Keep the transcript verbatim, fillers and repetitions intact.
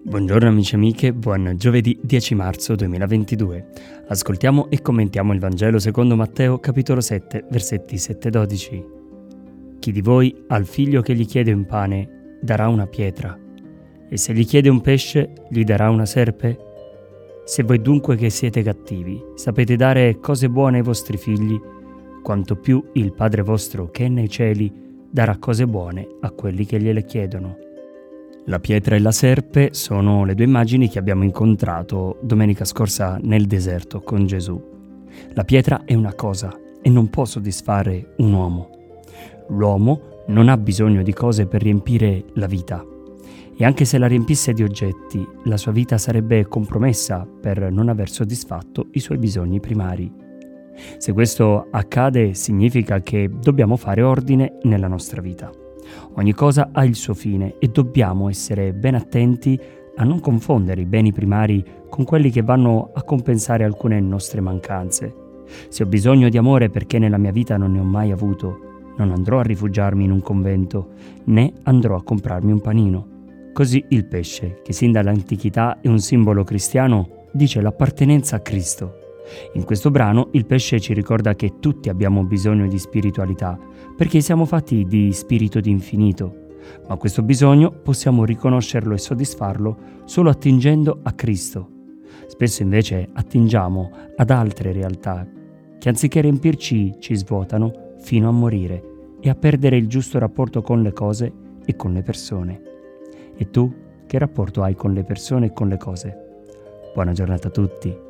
Buongiorno amici e amiche, buon giovedì dieci marzo duemilaventidue. Ascoltiamo e commentiamo il Vangelo secondo Matteo, capitolo sette, versetti sette dodici. Chi di voi al figlio che gli chiede un pane darà una pietra? E se gli chiede un pesce, gli darà una serpe? Se voi dunque che siete cattivi, sapete dare cose buone ai vostri figli, quanto più il Padre vostro che è nei cieli darà cose buone a quelli che gliele chiedono. La pietra e la serpe sono le due immagini che abbiamo incontrato domenica scorsa nel deserto con Gesù. La pietra è una cosa e non può soddisfare un uomo. L'uomo non ha bisogno di cose per riempire la vita. E anche se la riempisse di oggetti, la sua vita sarebbe compromessa per non aver soddisfatto i suoi bisogni primari. Se questo accade, significa che dobbiamo fare ordine nella nostra vita. Ogni cosa ha il suo fine e dobbiamo essere ben attenti a non confondere i beni primari con quelli che vanno a compensare alcune nostre mancanze. Se ho bisogno di amore perché nella mia vita non ne ho mai avuto, non andrò a rifugiarmi in un convento, né andrò a comprarmi un panino. Così il pesce, che sin dall'antichità è un simbolo cristiano, dice l'appartenenza a Cristo. In questo brano il pesce ci ricorda che tutti abbiamo bisogno di spiritualità, perché siamo fatti di spirito di infinito, ma questo bisogno possiamo riconoscerlo e soddisfarlo solo attingendo a Cristo. Spesso invece attingiamo ad altre realtà che anziché riempirci ci svuotano fino a morire e a perdere il giusto rapporto con le cose e con le persone. E tu che rapporto hai con le persone e con le cose? Buona giornata a tutti.